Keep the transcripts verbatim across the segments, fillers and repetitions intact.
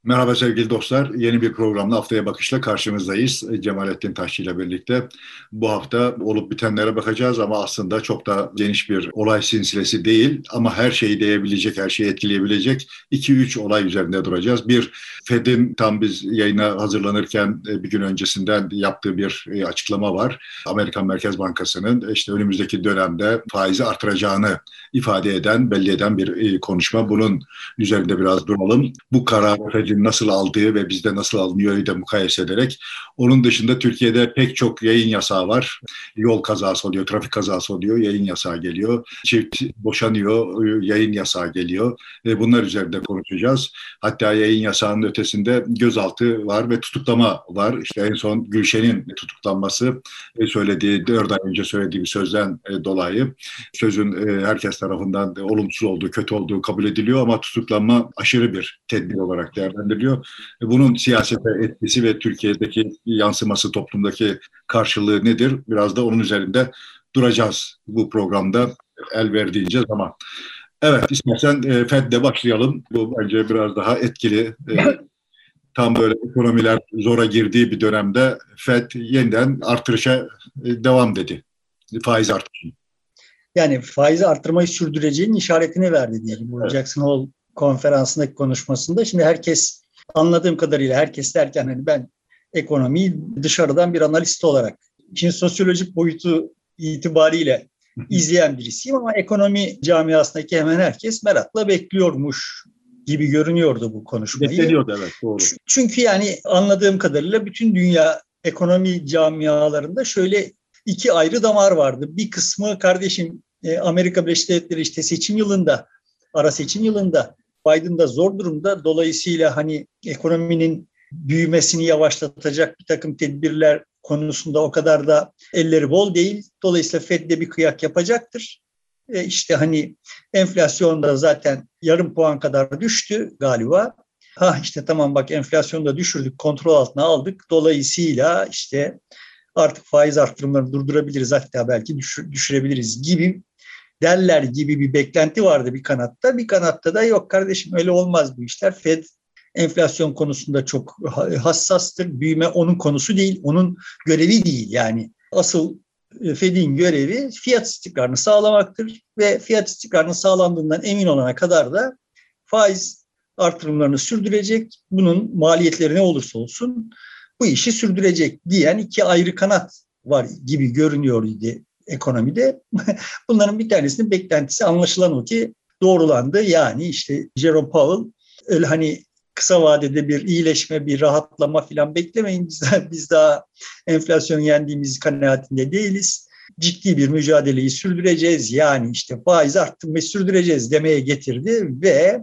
Merhaba sevgili dostlar. Yeni bir programla Haftaya Bakış'la karşınızdayız. Cemalettin Taşçı ile birlikte. Bu hafta olup bitenlere bakacağız ama aslında çok da geniş bir olay silsilesi değil. Ama her şeyi değebilecek, her şeyi etkileyebilecek iki üç olay üzerinde duracağız. Bir, Fed'in tam biz yayına hazırlanırken bir gün öncesinden yaptığı bir açıklama var. Amerikan Merkez Bankası'nın işte önümüzdeki dönemde faizi artıracağını ifade eden, belli eden bir konuşma. Bunun üzerinde biraz duralım. Bu karar Fed'in nasıl aldığı ve bizde nasıl alınıyor da mukayese ederek. Onun dışında Türkiye'de pek çok yayın yasağı var. Yol kazası oluyor, trafik kazası oluyor, yayın yasağı geliyor. Çift boşanıyor, yayın yasağı geliyor. Ve bunlar üzerinde konuşacağız. Hatta yayın yasağının ötesinde gözaltı var ve tutuklama var. İşte en son Gülşen'in tutuklanması söylediği, dört ay önce söylediği bir sözden dolayı sözün herkes tarafından olumsuz olduğu, kötü olduğu kabul ediliyor ama tutuklanma aşırı bir tedbir olarak değerlendiriliyor. Bunun siyasete etkisi ve Türkiye'deki yansıması, toplumdaki karşılığı nedir? Biraz da onun üzerinde duracağız bu programda el verdiğince zaman. Evet, istersen e, Fed'le başlayalım. Bu bence biraz daha etkili. E, tam böyle ekonomiler zora girdiği bir dönemde Fed yeniden artırışa e, devam dedi. Faiz artışı. Yani faizi artırmayı sürdüreceğinin işaretini verdi diyelim. Bu evet. Jackson Hole konferansındaki konuşmasında. Şimdi herkes, anladığım kadarıyla herkes derken hani ben ekonomiyi dışarıdan bir analist olarak, işin sosyolojik boyutu itibariyle izleyen birisiyim ama ekonomi camiasındaki hemen herkes merakla bekliyormuş gibi görünüyordu bu konuşmayı. Bekleniyordu, evet, doğru. Çünkü yani anladığım kadarıyla bütün dünya ekonomi camialarında şöyle iki ayrı damar vardı. Bir kısmı kardeşim Amerika Birleşik Devletleri işte seçim yılında, ara seçim yılında Biden da zor durumda. Dolayısıyla hani ekonominin büyümesini yavaşlatacak bir takım tedbirler konusunda o kadar da elleri bol değil. Dolayısıyla Fed de bir kıyak yapacaktır. E işte hani enflasyon da zaten yarım puan kadar düştü galiba. Ha işte tamam bak enflasyonu da düşürdük, kontrol altına aldık. Dolayısıyla işte artık faiz artırımlarını durdurabiliriz, hatta belki düşür, düşürebiliriz gibi derler gibi bir beklenti vardı bir kanatta. Bir kanatta da yok kardeşim öyle olmaz bu işler. Fed enflasyon konusunda çok hassastır. Büyüme onun konusu değil, onun görevi değil. Yani asıl Fed'in görevi fiyat istikrarını sağlamaktır ve fiyat istikrarının sağlandığından emin olana kadar da faiz artırımlarını sürdürecek. Bunun maliyetleri ne olursa olsun bu işi sürdürecek diyen iki ayrı kanat var gibi görünüyordu ekonomide. Bunların bir tanesinin beklentisi anlaşılan o ki doğrulandı. Yani işte Jerome Powell öyle hani kısa vadede bir iyileşme, bir rahatlama falan beklemeyin. Biz daha, biz daha enflasyonu yendiğimiz kanaatinde değiliz. Ciddi bir mücadeleyi sürdüreceğiz. Yani işte faiz arttırmayı sürdüreceğiz demeye getirdi ve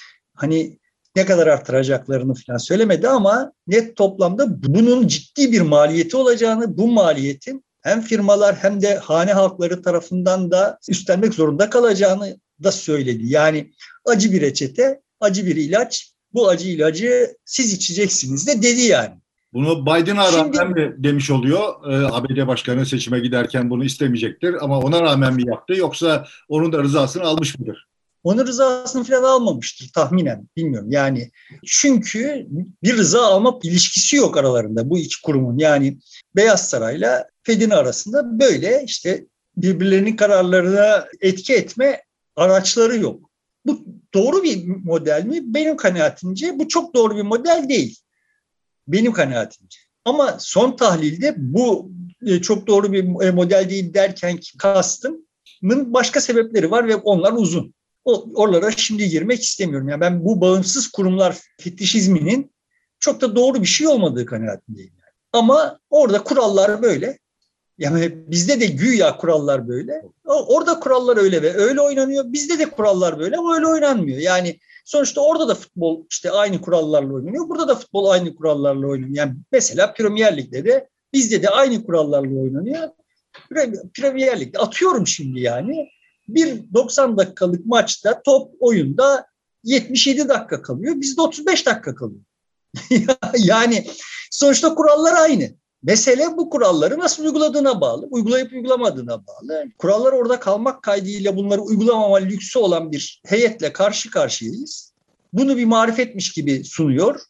hani ne kadar artıracaklarını falan söylemedi ama net toplamda bunun ciddi bir maliyeti olacağını, bu maliyetin hem firmalar hem de hane halkları tarafından da üstlenmek zorunda kalacağını da söyledi. Yani acı bir reçete, acı bir ilaç, bu acı ilacı siz içeceksiniz de dedi yani. Bunu Biden'a rağmen mi demiş oluyor? Ee, A B D Başkanı seçime giderken bunu istemeyecektir ama ona rağmen mi yaptı yoksa onun da rızasını almış mıdır? Onun rızasını falan almamıştır tahminen, bilmiyorum. Yani çünkü bir rıza alma ilişkisi yok aralarında bu iki kurumun. Yani Beyaz Saray'la Fed'in arasında böyle işte birbirlerinin kararlarına etki etme araçları yok. Bu doğru bir model mi? Benim kanaatimce bu çok doğru bir model değil. Benim kanaatimce. Ama son tahlilde bu çok doğru bir model değil derken kastımın başka sebepleri var ve onlar uzun. Oralara şimdi girmek istemiyorum. Yani ben bu bağımsız kurumlar fetişizminin çok da doğru bir şey olmadığı kanaatindeyim. Yani. Ama orada kurallar böyle. Yani bizde de güya kurallar böyle. Orada kurallar öyle ve öyle oynanıyor. Bizde de kurallar böyle ama öyle oynanmıyor. Yani sonuçta orada da futbol işte aynı kurallarla oynanıyor. Burada da futbol aynı kurallarla oynanıyor. Yani mesela Premier Lig'de de bizde de aynı kurallarla oynanıyor. Premier Lig'de atıyorum şimdi yani. Bir doksan dakikalık maçta top oyunda yetmiş yedi dakika kalıyor. Bizde otuz beş dakika kalıyor. Yani sonuçta kurallar aynı. Mesele bu kuralları nasıl uyguladığına bağlı. Uygulayıp uygulamadığına bağlı. Kurallar orada kalmak kaydıyla bunları uygulamama lüksü olan bir heyetle karşı karşıyayız. Bunu bir marifetmiş gibi sunuyor.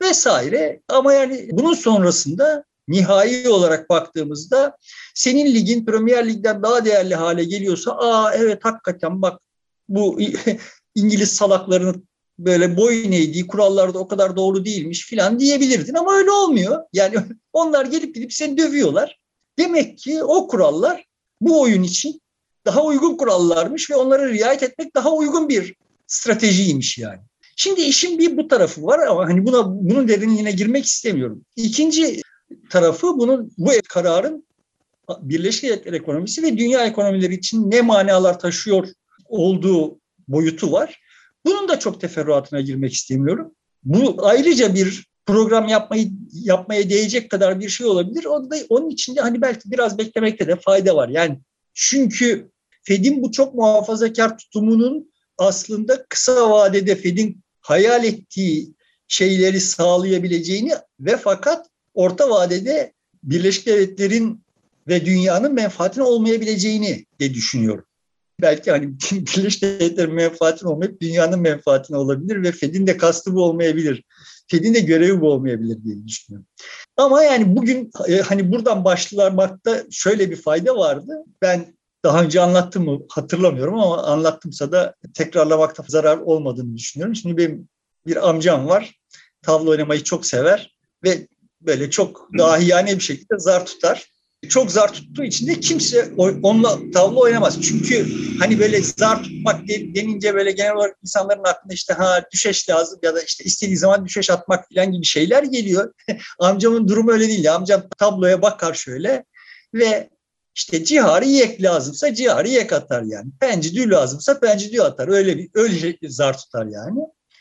vesaire. Ama yani bunun sonrasında nihai olarak baktığımızda senin ligin Premier Lig'den daha değerli hale geliyorsa, aa evet hakikaten bak bu İngiliz salaklarının böyle boyun eğdiği kurallar da o kadar doğru değilmiş filan diyebilirdin ama öyle olmuyor. Yani onlar gelip gidip seni dövüyorlar. Demek ki o kurallar bu oyun için daha uygun kurallarmış ve onlara riayet etmek daha uygun bir stratejiymiş yani. Şimdi işin bir bu tarafı var ama hani buna bunun derinliğine girmek istemiyorum. İkinci tarafı bunun bu kararın Birleşik Milletler ekonomisi ve dünya ekonomileri için ne manalar taşıyor olduğu boyutu var. Bunun da çok teferruatına girmek istemiyorum. Bu ayrıca bir program yapmayı yapmaya değecek kadar bir şey olabilir. O da, onun için de hani belki biraz beklemekte de fayda var. Yani çünkü Fed'in bu çok muhafazakar tutumunun aslında kısa vadede Fed'in hayal ettiği şeyleri sağlayabileceğini ve fakat orta vadede Birleşik Devletler'in ve dünyanın menfaatine olmayabileceğini de düşünüyorum. Belki hani Birleşik Devletler'in menfaatine olmayıp dünyanın menfaatine olabilir ve Fed'in de kastı bu olmayabilir. Fed'in de görevi bu olmayabilir diye düşünüyorum. Ama yani bugün hani buradan başlamakta şöyle bir fayda vardı. Ben daha önce anlattım mı hatırlamıyorum ama anlattımsa da tekrarlamakta zarar olmadığını düşünüyorum. Şimdi benim bir amcam var. Tavla oynamayı çok sever ve böyle çok dahiyane bir şekilde zar tutar. Çok zar tuttuğu için de kimse onunla tavla oynamaz. Çünkü hani böyle zar tutmak denince böyle genel olarak insanların aklına işte ha düşeş lazım ya da işte istediği zaman düşeş atmak falan gibi şeyler geliyor. Amcamın durumu öyle değil. Amcam tabloya bakar şöyle ve işte ciharı yek lazımsa ciharı yek atar yani. Pencidü lazımsa pencidü atar. Öyle bir öyle şekilde zar tutar yani.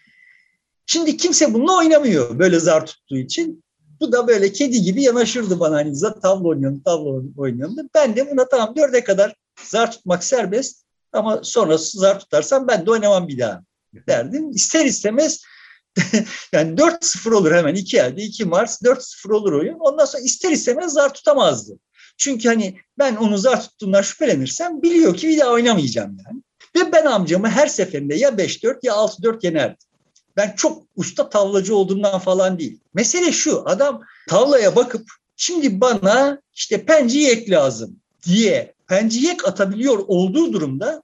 Şimdi kimse bununla oynamıyor böyle zar tuttuğu için. Bu da böyle kedi gibi yanaşırdı bana hani tavla oynuyorum, tavla oynuyorum. Ben de buna tamam dörde kadar zar tutmak serbest ama sonra zar tutarsam ben de oynamam bir daha derdim. İster istemez yani dört sıfır olur hemen iki elde iki Mars dört sıfır olur oyun. Ondan sonra ister istemez zar tutamazdı. Çünkü hani ben onu zar tuttuğundan şüphelenirsem biliyor ki bir daha oynamayacağım yani. Ve ben amcamı her seferinde ya beş dört ya altı dört yenerdim. Ben çok usta tavlacı olduğumdan falan değil. Mesele şu, adam tavlaya bakıp şimdi bana işte penciyek lazım diye penciyek atabiliyor olduğu durumda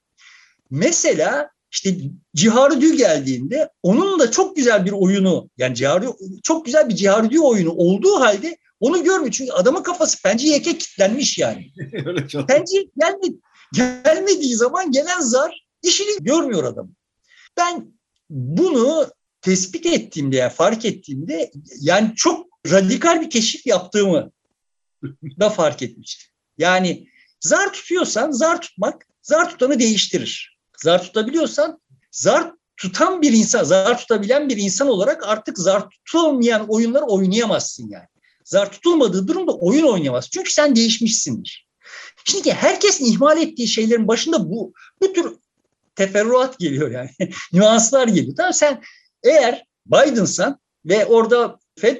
mesela işte Ciharidü geldiğinde onun da çok güzel bir oyunu yani Ciharidü, çok güzel bir Ciharidü oyunu olduğu halde onu görmüyor. Çünkü adamın kafası penciyeke kilitlenmiş yani. Penciyek gelmedi, gelmediği zaman gelen zar işini görmüyor adam. Ben bunu tespit ettiğimde, yani fark ettiğimde yani çok radikal bir keşif yaptığımı da fark etmiştim. Yani zar tutuyorsan zar tutmak, zar tutanı değiştirir. Zar tutabiliyorsan zar tutan bir insan, zar tutabilen bir insan olarak artık zar tutulmayan oyunları oynayamazsın yani. Zar tutulmadığı durumda oyun oynayamazsın. Çünkü sen değişmişsindir. Şimdi herkesin ihmal ettiği şeylerin başında bu, bu tür teferruat geliyor yani. Nüanslar geliyor. Tamam sen eğer Biden'san ve orada Fed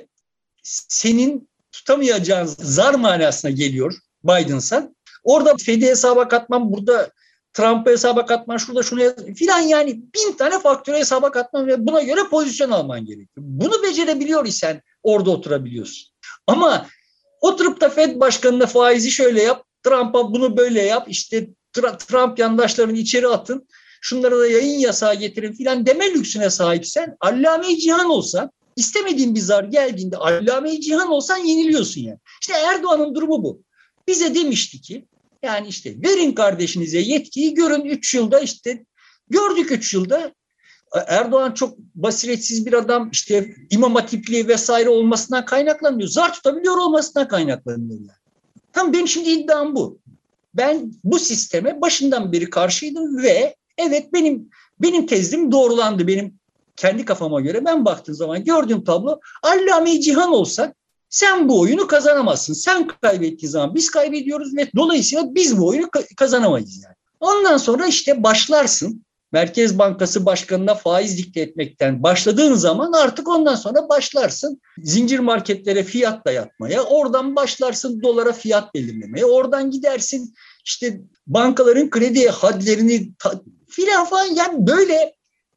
senin tutamayacağın zar manasına geliyor Biden'san. Orada Fed'i hesaba katman, burada Trump'ı hesaba katman, şurada şunu filan yani bin tane faktörü hesaba katman ve buna göre pozisyon alman gerekiyor. Bunu becerebiliyor isen orada oturabiliyorsun. Ama oturup da Fed başkanına faizi şöyle yap, Trump'a bunu böyle yap, işte Trump yandaşlarını içeri atın, şunlara da yayın yasağı getirin filan deme lüksüne sahipsen, allame-i cihan olsan, istemediğin bir zar geldiğinde allame-i cihan olsan yeniliyorsun yani. İşte Erdoğan'ın durumu bu. Bize demişti ki, yani işte verin kardeşinize yetkiyi, görün üç yılda işte gördük üç yılda. Erdoğan çok basiretsiz bir adam, işte İmam Hatipli vesaire olmasından kaynaklanmıyor. Zar tutabiliyor olmasından kaynaklanıyor yani. Tam benim şimdi iddiam bu. Ben bu sisteme başından beri karşıydım ve evet benim benim tezim doğrulandı. Benim kendi kafama göre ben baktığım zaman gördüğüm tablo, allame-i cihan olsak sen bu oyunu kazanamazsın. Sen kaybettiğin zaman biz kaybediyoruz ve dolayısıyla biz bu oyunu kazanamayız yani. Ondan sonra işte başlarsın. Merkez Bankası Başkanı'na faiz dikte etmekten başladığın zaman artık ondan sonra başlarsın zincir marketlere fiyat dayatmaya, oradan başlarsın dolara fiyat belirlemeye, oradan gidersin işte bankaların kredi hadlerini filan falan yani böyle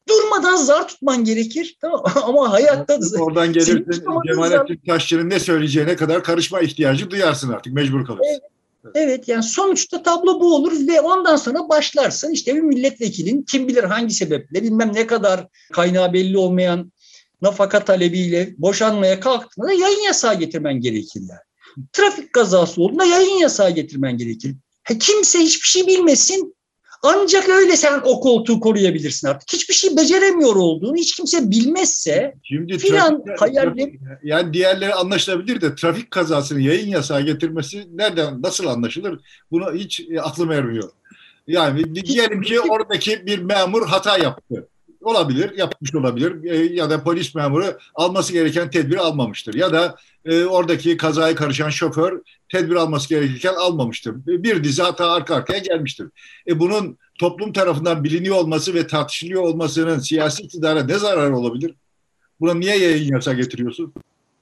Durmadan zar tutman gerekir. Tamam. Ama hayatta oradan gelirsin Cemalettin Taşçı'nın ne söyleyeceğine kadar karışma ihtiyacı duyarsın artık. Mecbur kalırsın. Evet. Evet, yani sonuçta tablo bu olur ve ondan sonra başlarsın işte bir milletvekilin kim bilir hangi sebeple bilmem ne kadar kaynağı belli olmayan nafaka talebiyle boşanmaya kalktığında yayın yasağı getirmen gerekir yani. Trafik kazası olduğunda yayın yasağı getirmen gerekir. He, kimse hiçbir şey bilmesin, ancak öyle sen o koltuğu koruyabilirsin artık. Hiçbir şey beceremiyor olduğunu hiç kimse bilmezse Şimdi filan trafik, hayaller... Yani diğerleri anlaşılabilir de trafik kazasını yayın yasağı getirmesi nereden, nasıl anlaşılır? Bunu hiç aklım ermiyor. Yani diyelim ki oradaki bir memur hata yaptı. Olabilir, yapmış olabilir. E, ya da polis memuru alması gereken tedbiri almamıştır. Ya da e, oradaki kazaya karışan şoför tedbir alması gerekirken almamıştır. Bir dizi hata arka arkaya gelmiştir. E, bunun toplum tarafından biliniyor olması ve tartışılıyor olmasının siyasi iktidara ne zararı olabilir? Buna niye yayın yasağı getiriyorsun?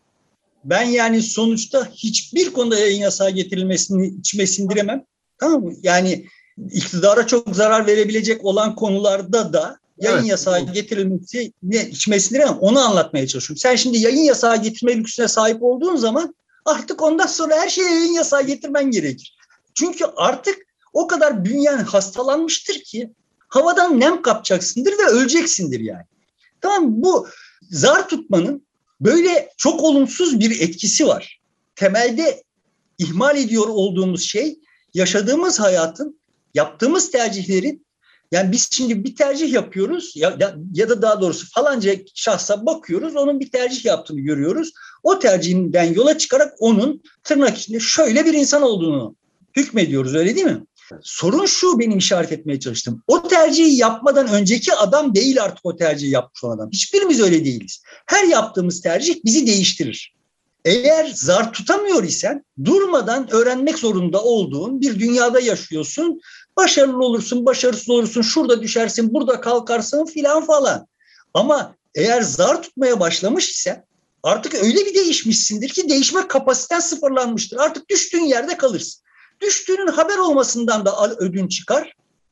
Ben yani sonuçta hiçbir konuda yayın yasağı getirilmesini içime sindiremem. Tamam mı? Yani iktidara çok zarar verebilecek olan konularda da yayın evet. yasağı getirilmesi ne içime sindiremem. Onu anlatmaya çalışıyorum. Sen şimdi yayın yasağı getirme lüksüne sahip olduğun zaman artık ondan sonra her şeye yayın yasağı getirmen gerekir. Çünkü artık o kadar bünyen hastalanmıştır ki havadan nem kapacaksındır ve öleceksindir yani. Tamam mı? Bu zar tutmanın böyle çok olumsuz bir etkisi var. Temelde ihmal ediyor olduğumuz şey yaşadığımız hayatın, yaptığımız tercihlerin, yani biz şimdi bir tercih yapıyoruz ya, ya, ya da daha doğrusu falanca şahsa bakıyoruz, onun bir tercih yaptığını görüyoruz. O tercihinden yola çıkarak onun tırnak içinde şöyle bir insan olduğunu hükmediyoruz, öyle değil mi? Sorun şu, benim işaret etmeye çalıştım. O tercihi yapmadan önceki adam değil artık o tercihi yapmış olan adam. Hiçbirimiz öyle değiliz. Her yaptığımız tercih bizi değiştirir. Eğer zar tutamıyor isen durmadan öğrenmek zorunda olduğun bir dünyada yaşıyorsun. Başarılı olursun, başarısız olursun, şurada düşersin, burada kalkarsın filan falan. Ama eğer zar tutmaya başlamış ise artık öyle bir değişmişsindir ki değişme kapasiten sıfırlanmıştır. Artık düştüğün yerde kalırsın. Düştüğünün haber olmasından da ödün çıkar.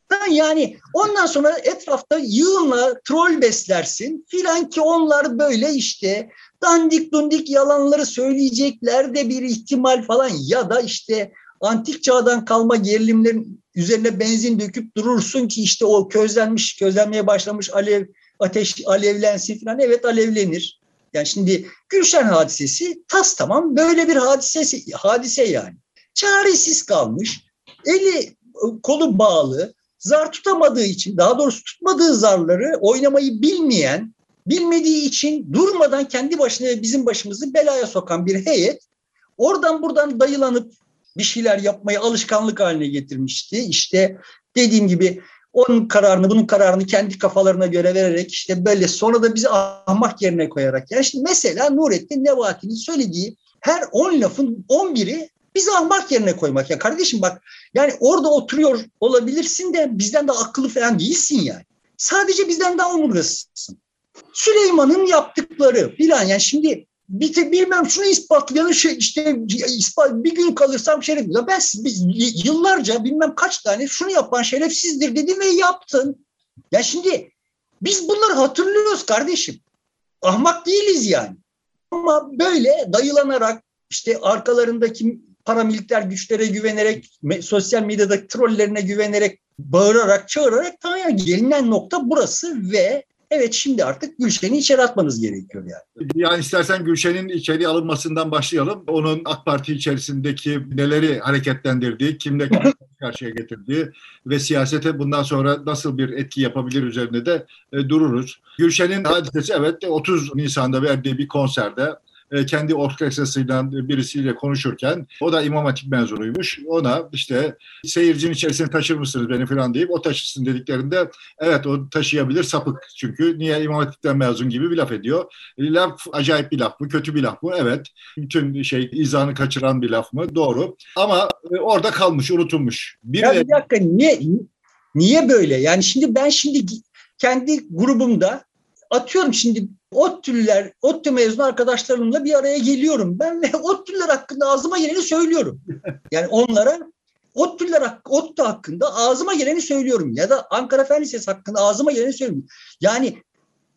Yani ondan sonra etrafta yığınla troll beslersin filan ki onlar böyle işte dandik dundik yalanları söyleyecekler de bir ihtimal falan, ya da işte antik çağdan kalma gerilimlerin üzerine benzin döküp durursun ki işte o közlenmiş, közlenmeye başlamış alev, ateş alevlensin filan. Evet, alevlenir. Yani şimdi Gülşen hadisesi tas tamam böyle bir hadisesi, hadise yani. Çaresiz kalmış, eli kolu bağlı, zar tutamadığı için, daha doğrusu tutmadığı zarları oynamayı bilmeyen, bilmediği için durmadan kendi başına ve bizim başımızı belaya sokan bir heyet oradan buradan dayılanıp bir şeyler yapmayı alışkanlık haline getirmişti. İşte dediğim gibi onun kararını, bunun kararını kendi kafalarına göre vererek işte böyle sonra da bizi ahmak yerine koyarak. Yani şimdi mesela Nurettin Nebati'nin söylediği her on lafın on biri bizi ahmak yerine koymak. Ya kardeşim bak, yani orada oturuyor olabilirsin de bizden daha akıllı falan değilsin yani. Sadece bizden daha omurgasızsın. Süleyman'ın yaptıkları filan, yani şimdi bir, bilmem şunu ispatlayanı şey işte ispat, bir gün kalırsam şeref. Ya ben biz yıllarca bilmem kaç tane şunu yapan şerefsizdir dedim ve yaptın. Ya şimdi biz bunları hatırlıyoruz kardeşim. Ahmak değiliz yani. Ama böyle dayılanarak işte arkalarındaki paramiliter güçlere güvenerek, sosyal medyadaki trollerine güvenerek, bağırarak, çağırarak tamam, gelinen nokta burası ve evet şimdi artık Gülşen'i içeri atmanız gerekiyor yani. Yani istersen Gülşen'in içeri alınmasından başlayalım. Onun AK Parti içerisindeki neleri hareketlendirdiği, kimle karşıya getirdiği ve siyasete bundan sonra nasıl bir etki yapabilir üzerine de e, dururuz. Gülşen'in hadisesi evet otuz Nisan'da verdiği bir konserde kendi orkestrasıyla birisiyle konuşurken, o da İmam Hatip mezunuymuş. Ona işte seyircinin içerisine taşır mısınız beni falan deyip o taşısın dediklerinde evet o taşıyabilir, sapık çünkü niye İmam Hatip'ten mezun gibi bir laf ediyor. Laf acayip bir laf mı? Kötü bir laf mı? Evet. Bütün şey izahını kaçıran bir laf mı? Doğru. Ama orada kalmış, unutulmuş. Bir, ya bir dakika niye niye böyle? Yani şimdi ben şimdi kendi grubumda atıyorum şimdi ODTÜ'lüler, ODTÜ mezunu arkadaşlarımla bir araya geliyorum. Ben ve ODTÜ'lüler hakkında ağzıma geleni söylüyorum. Yani onlara ODTÜ'lüler, ODTÜ hakkında ağzıma geleni söylüyorum. Ya da Ankara Fen Lisesi hakkında ağzıma geleni söylüyorum. Yani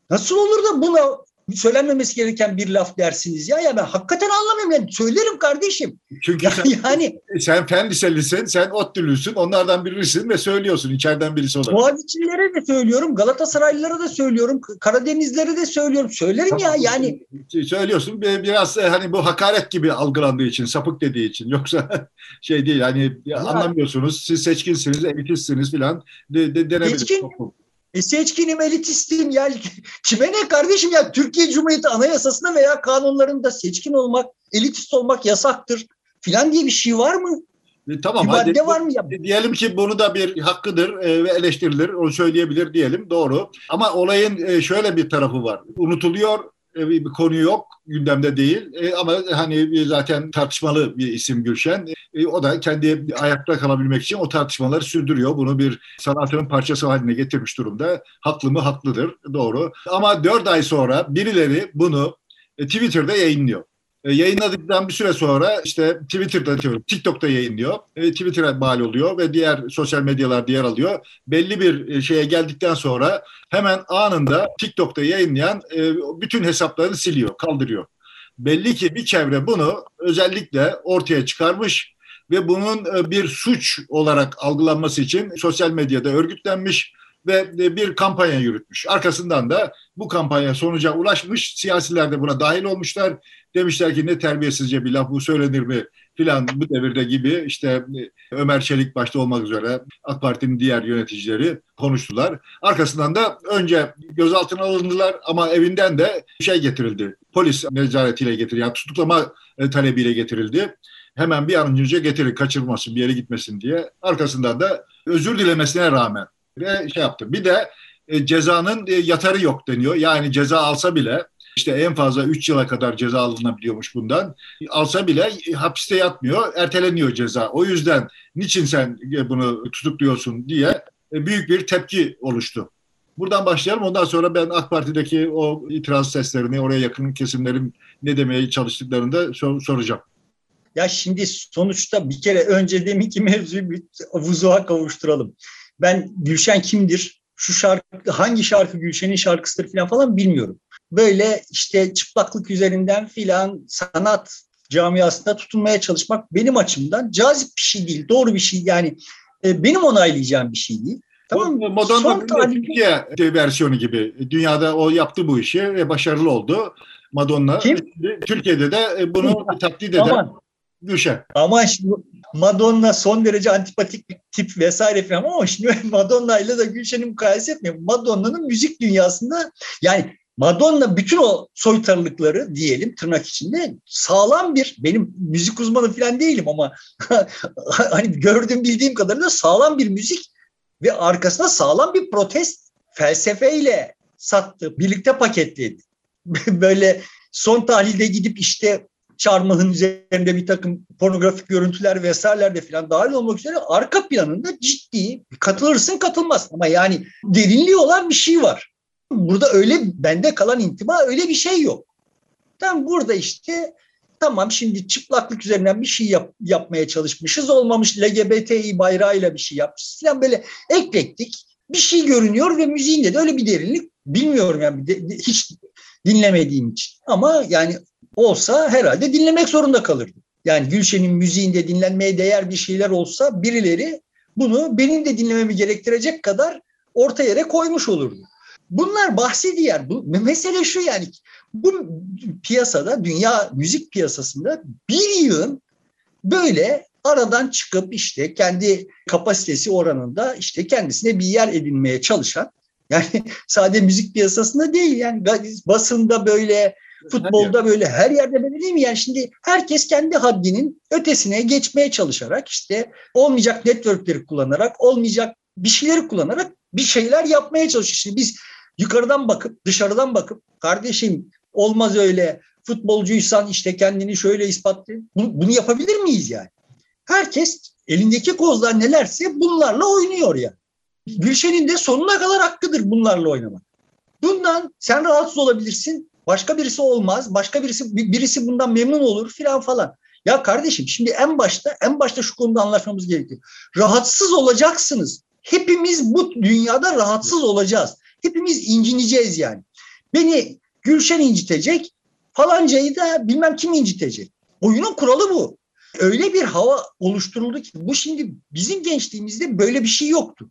Nasıl olur da buna söylenmemesi gereken bir laf dersiniz ya? Ya ben hakikaten anlamıyorum. Yani söylerim kardeşim. Çünkü ya, sen, yani sen fen liselisin, sen ODTÜ'lüsün, onlardan birisin ve söylüyorsun içeriden birisi olarak. Boğaziçi'lilere de söylüyorum, Galatasaraylılara da söylüyorum, Karadenizlilere de söylüyorum. Söylerim Tamam, ya yani. söylüyorsun biraz hani bu hakaret gibi algılandığı için, sapık dediği için. Yoksa şey değil hani Ya, anlamıyorsunuz, siz seçkinsiniz, elitistsiniz filan de, de, denebilir. seçkin, e, seçkinim, elitistim ya. Kime ne kardeşim ya? Türkiye Cumhuriyeti Anayasası'nda veya kanunlarında seçkin olmak, elitist olmak yasaktır filan diye bir şey var mı? E, tamam, bir hadi madde var mı ya? diyelim ki bunu da bir hakkıdır e, ve eleştirilir, onu söyleyebilir diyelim, doğru. Ama olayın e, şöyle bir tarafı var. Unutuluyor, e, bir konu yok, gündemde değil. E, ama hani zaten tartışmalı bir isim Gülşen. E, o da kendi ayakta kalabilmek için o tartışmaları sürdürüyor. Bunu bir sanatının parçası haline getirmiş durumda. Haklı mı? Haklıdır, doğru. Ama dört ay sonra birileri bunu e, Twitter'da yayınlıyor. E, yayınladıktan bir süre sonra işte Twitter'da, TikTok'ta yayınlıyor. E, Twitter'a mal oluyor ve diğer sosyal medyalarda yer alıyor. Belli bir şeye geldikten sonra hemen anında TikTok'ta yayınlayan e, bütün hesaplarını siliyor, kaldırıyor. Belli ki bir çevre bunu özellikle ortaya çıkarmış ve bunun e, bir suç olarak algılanması için sosyal medyada örgütlenmiş ve bir kampanya yürütmüş. Arkasından da bu kampanya sonuca ulaşmış. Siyasiler de buna dahil olmuşlar. Demişler ki ne terbiyesizce bir laf, bu söylenir mi filan bu devirde gibi. İşte Ömer Çelik başta olmak üzere AK Parti'nin diğer yöneticileri konuştular. Arkasından da önce gözaltına alındılar ama evinden de şey getirildi. Polis nezaretiyle getirildi. Yani tutuklama talebiyle getirildi. Hemen bir an önce getirin, kaçırılmasın, bir yere gitmesin diye. Arkasından da özür dilemesine rağmen ve şey yaptı. Bir de e, cezanın e, yatarı yok deniyor. Yani ceza alsa bile işte en fazla üç yıla kadar ceza alınabiliyormuş bundan. Alsa bile e, hapiste yatmıyor, erteleniyor ceza. O yüzden niçin sen e, bunu tutukluyorsun diye e, büyük bir tepki oluştu. Buradan başlayalım. Ondan sonra ben AK Parti'deki o itiraz seslerini, oraya yakın kesimlerin ne demeye çalıştıklarını da sor- soracağım. Ya şimdi sonuçta bir kere önce deminki mevzuyu bir vuzuğa kavuşturalım. Ben Gülşen kimdir? Şu şarkı hangi şarkı Gülşen'in şarkısıdır falan falan bilmiyorum. Böyle işte çıplaklık üzerinden filan sanat camiasında tutunmaya çalışmak benim açımdan cazip bir şey değil. Doğru bir şey yani e, benim onaylayacağım bir şey değil. Tamam mı? Madonna'nın Türkiye versiyonu gibi. Dünyada o yaptı bu işi ve başarılı oldu. Madonna. Kim? Türkiye'de de bunu taklit eden Aman. Gülşen. Ama şimdi Madonna son derece antipatik bir tip vesaire falan ama şimdi Madonna ile de Gülşen'i mukayese etmiyorum. Madonna'nın müzik dünyasında yani Madonna bütün o soytarılıkları diyelim tırnak içinde sağlam bir, benim müzik uzmanı falan değilim ama hani gördüğüm bildiğim kadarıyla sağlam bir müzik ve arkasına sağlam bir protest felsefeyle sattı. Birlikte paketledi. Böyle son tahlilde gidip işte çarmıhın üzerinde bir takım pornografik görüntüler vesaireler de falan dahil olmak üzere arka planında ciddi, katılırsın katılmaz ama yani derinliği olan bir şey var. Burada öyle bende kalan intiba öyle bir şey yok. Tam burada işte tamam şimdi çıplaklık üzerinden bir şey yap, yapmaya çalışmışız, olmamış L G B T İ bayrağıyla bir şey yapmışız falan böyle eklektik bir şey görünüyor ve müziğinde de öyle bir derinlik bilmiyorum yani de, de, hiç dinlemediğim için ama yani olsa herhalde dinlemek zorunda kalırdım. Yani Gülşen'in müziğinde dinlenmeye değer bir şeyler olsa birileri bunu benim de dinlememi gerektirecek kadar orta yere koymuş olurdu. Bunlar bahsi diğer. Bu mesele şu yani bu piyasada, dünya müzik piyasasında bir yığın böyle aradan çıkıp işte kendi kapasitesi oranında işte kendisine bir yer edinmeye çalışan, yani sadece müzik piyasasında değil yani basında böyle, futbolda böyle, her yerde böyle değil mi? Yani şimdi herkes kendi haddinin ötesine geçmeye çalışarak işte olmayacak networkleri kullanarak, olmayacak bir şeyleri kullanarak bir şeyler yapmaya çalışıyor. Şimdi biz yukarıdan bakıp, dışarıdan bakıp kardeşim olmaz öyle, futbolcuysan işte kendini şöyle ispatlayın. Bunu, bunu yapabilir miyiz yani? Herkes elindeki kozlar nelerse bunlarla oynuyor ya. Yani. Gülşen'in de sonuna kadar hakkıdır bunlarla oynamak. Bundan sen rahatsız olabilirsin. Başka birisi olmaz. Başka birisi birisi bundan memnun olur filan falan. Ya kardeşim şimdi en başta en başta şu konuda anlaşmamız gerekiyor. Rahatsız olacaksınız. Hepimiz bu dünyada rahatsız olacağız. Hepimiz incineceğiz yani. Beni Gülşen incitecek, falancayı da bilmem kim incitecek. Oyunun kuralı bu. Öyle bir hava oluşturuldu ki bu şimdi bizim gençliğimizde böyle bir şey yoktu.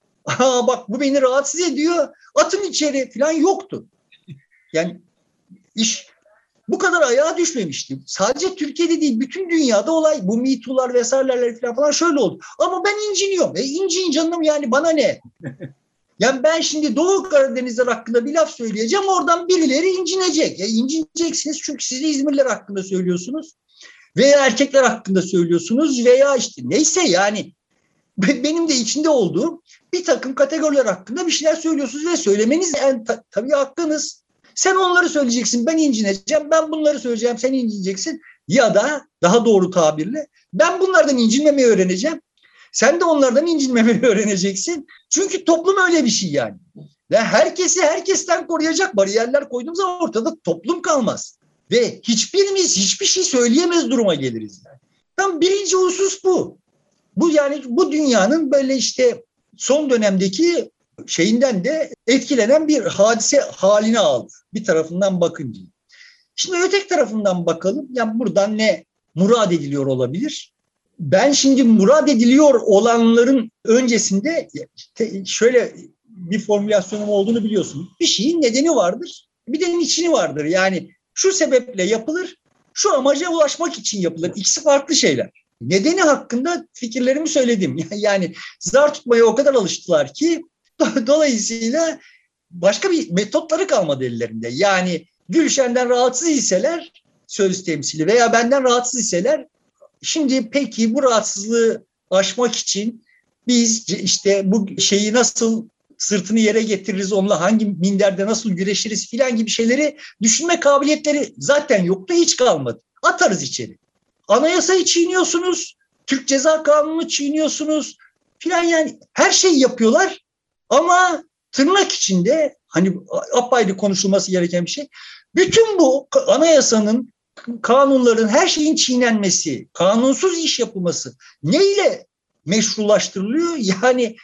Aa, bak bu beni rahatsız ediyor, atın içeri falan yoktu. Yani iş bu kadar ayağa düşmemişti. Sadece Türkiye'de değil, bütün dünyada olay bu Me Too'lar vesaireler falan, falan şöyle oldu. Ama ben inciniyorum. E incin canım, yani bana ne? Yani ben şimdi Doğu Karadenizler hakkında bir laf söyleyeceğim, oradan birileri incinecek. Ya incineceksiniz çünkü siz de İzmirliler hakkında söylüyorsunuz. Veya erkekler hakkında söylüyorsunuz veya işte neyse, yani benim de içinde olduğum bir takım kategoriler hakkında bir şeyler söylüyorsunuz ve söylemeniz en ta- tabii hakkınız. Sen onları söyleyeceksin, ben incineceğim. Ben bunları söyleyeceğim, sen incineceksin. Ya da daha doğru tabirle ben bunlardan incinmemeyi öğreneceğim. Sen de onlardan incinmemeyi öğreneceksin. Çünkü toplum öyle bir şey yani. Ve herkesi herkesten koruyacak bariyerler koyduğumuz zaman ortada toplum kalmaz. Ve hiçbirimiz hiçbir şey söyleyemez duruma geliriz yani. Tam birinci husus bu. Bu yani bu dünyanın böyle işte son dönemdeki şeyinden de etkilenen bir hadise haline aldı. Bir tarafından bakınca. Şimdi öteki tarafından bakalım. Yani buradan ne murad ediliyor olabilir? Ben şimdi murad ediliyor olanların öncesinde şöyle bir formülasyonum olduğunu biliyorsun. Bir şeyin nedeni vardır, bir de niçini vardır. Yani şu sebeple yapılır, şu amaca ulaşmak için yapılır. İkisi farklı şeyler. Nedeni hakkında fikirlerimi söyledim. Yani zar tutmaya o kadar alıştılar ki dolayısıyla başka bir metotları kalmadı ellerinde. Yani Gülşen'den rahatsız iseler söz temsili veya benden rahatsız iseler, şimdi peki bu rahatsızlığı aşmak için biz işte bu şeyi nasıl sırtını yere getiririz, onunla hangi minderde nasıl güreşiriz filan gibi şeyleri düşünme kabiliyetleri zaten yoktu, hiç kalmadı. Atarız içeri. Anayasayı çiğniyorsunuz, Türk Ceza Kanunu'nu çiğniyorsunuz filan, yani her şeyi yapıyorlar ama tırnak içinde hani apayrı konuşulması gereken bir şey. Bütün bu anayasanın, kanunların, her şeyin çiğnenmesi, kanunsuz iş yapılması neyle meşrulaştırılıyor? Yani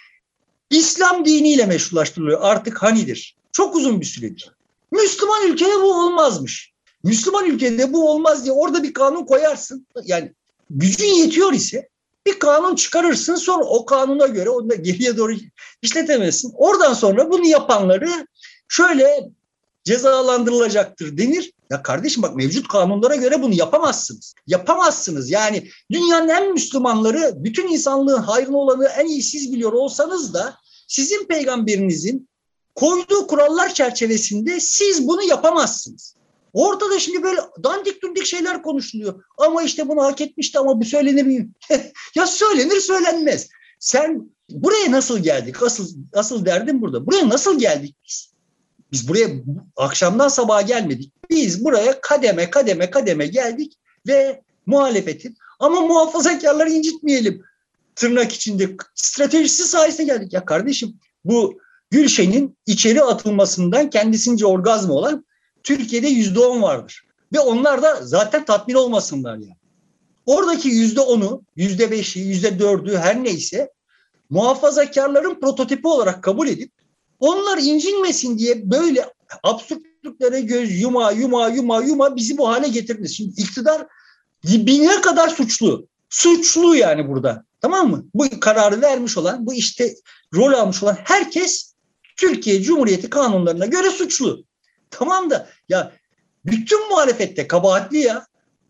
İslam diniyle meşrulaştırılıyor. Artık hanidir. Çok uzun bir süredir. Müslüman ülkede bu olmazmış. Müslüman ülkede bu olmaz diye orada bir kanun koyarsın. Yani gücün yetiyor ise bir kanun çıkarırsın, sonra o kanuna göre onu da geriye doğru işletemezsin. Oradan sonra bunu yapanları şöyle cezalandırılacaktır denir. Ya kardeşim bak, mevcut kanunlara göre bunu yapamazsınız. Yapamazsınız. Yani dünyanın en Müslümanları, bütün insanlığın hayrına olanı en iyi siz biliyor olsanız da sizin peygamberinizin koyduğu kurallar çerçevesinde siz bunu yapamazsınız. Ortada şimdi böyle dandik dundik şeyler konuşuluyor. Ama işte bunu hak etmişti, ama bu söylenir mi? Ya söylenir söylenmez. Sen buraya nasıl geldik? Asıl, asıl derdim burada. Buraya nasıl geldik biz? Biz buraya akşamdan sabaha gelmedik. Biz buraya kademe kademe kademe geldik ve muhalefetin ama muhafazakarları incitmeyelim tırnak içinde stratejisi sayesinde geldik. Ya kardeşim, bu Gülşen'in içeri atılmasından kendisince orgazm olan Türkiye'de yüzde on vardır. Ve onlar da zaten tatmin olmasınlar yani. Oradaki yüzde onu, yüzde beşi, yüzde dördü her neyse muhafazakarların prototipi olarak kabul edip onlar incinmesin diye böyle absürtlüklere göz yuma yuma yuma yuma bizi bu hale getirdiniz. Şimdi iktidar dibine kadar suçlu. Suçlu yani burada. Tamam mı? Bu kararı vermiş olan, bu işte rol almış olan herkes Türkiye Cumhuriyeti kanunlarına göre suçlu. Tamam da ya bütün muhalefette kabahatli ya.